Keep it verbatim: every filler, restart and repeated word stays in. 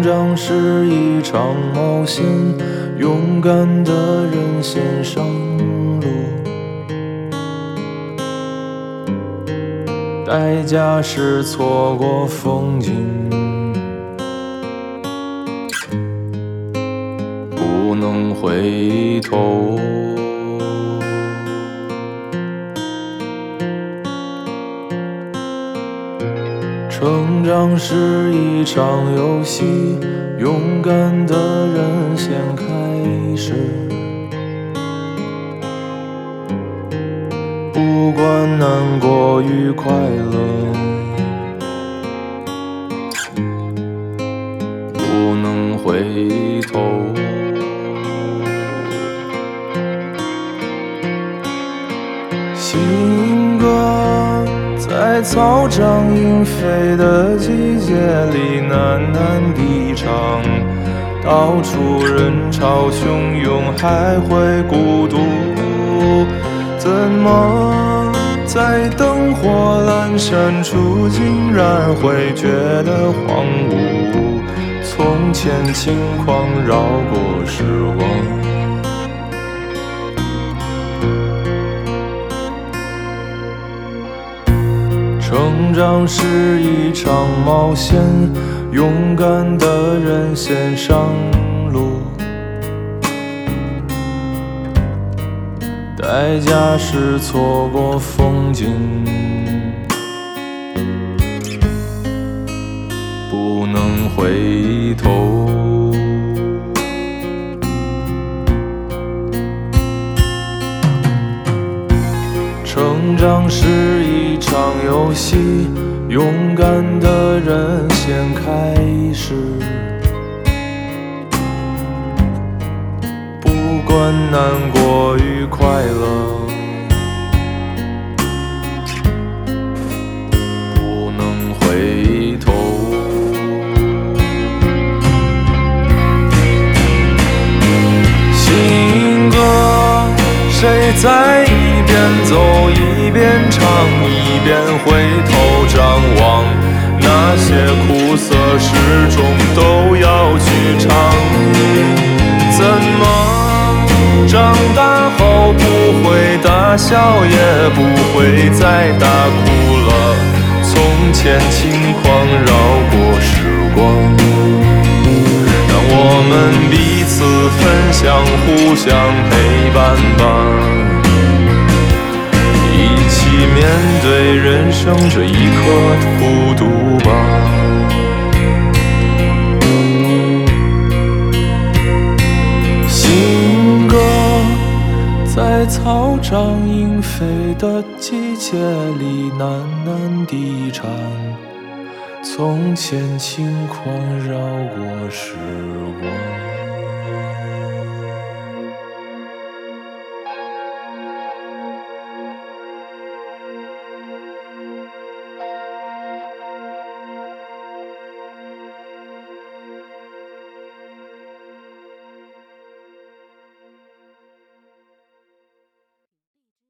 长是一场冒险，勇敢的人先上路，代价是错过风景，不能回头。成长是一场游戏，勇敢的人先开始，不管难过与快乐，不能回头。新歌在草长莺飞的季节里喃喃地唱，到处人潮汹涌，还会孤独。怎么在灯火阑珊处，竟然会觉得荒芜？从前轻狂绕过时光。成长是一场冒险，勇敢的人先上路，代价是错过风景，不能回头。成长是一场游戏，勇敢的人先开始，不管难过与快乐，不能回头。新歌谁在一边走一边唱，一边回头张望，那些苦涩始终都要去尝。怎么长大后不会大笑，也不会再大哭了？从前轻狂绕过时光，让我们彼此分享，互相陪伴吧，一起面对人生这一刻孤独吧。新歌在草长莺飞的季节里喃喃地唱，从前轻狂绕过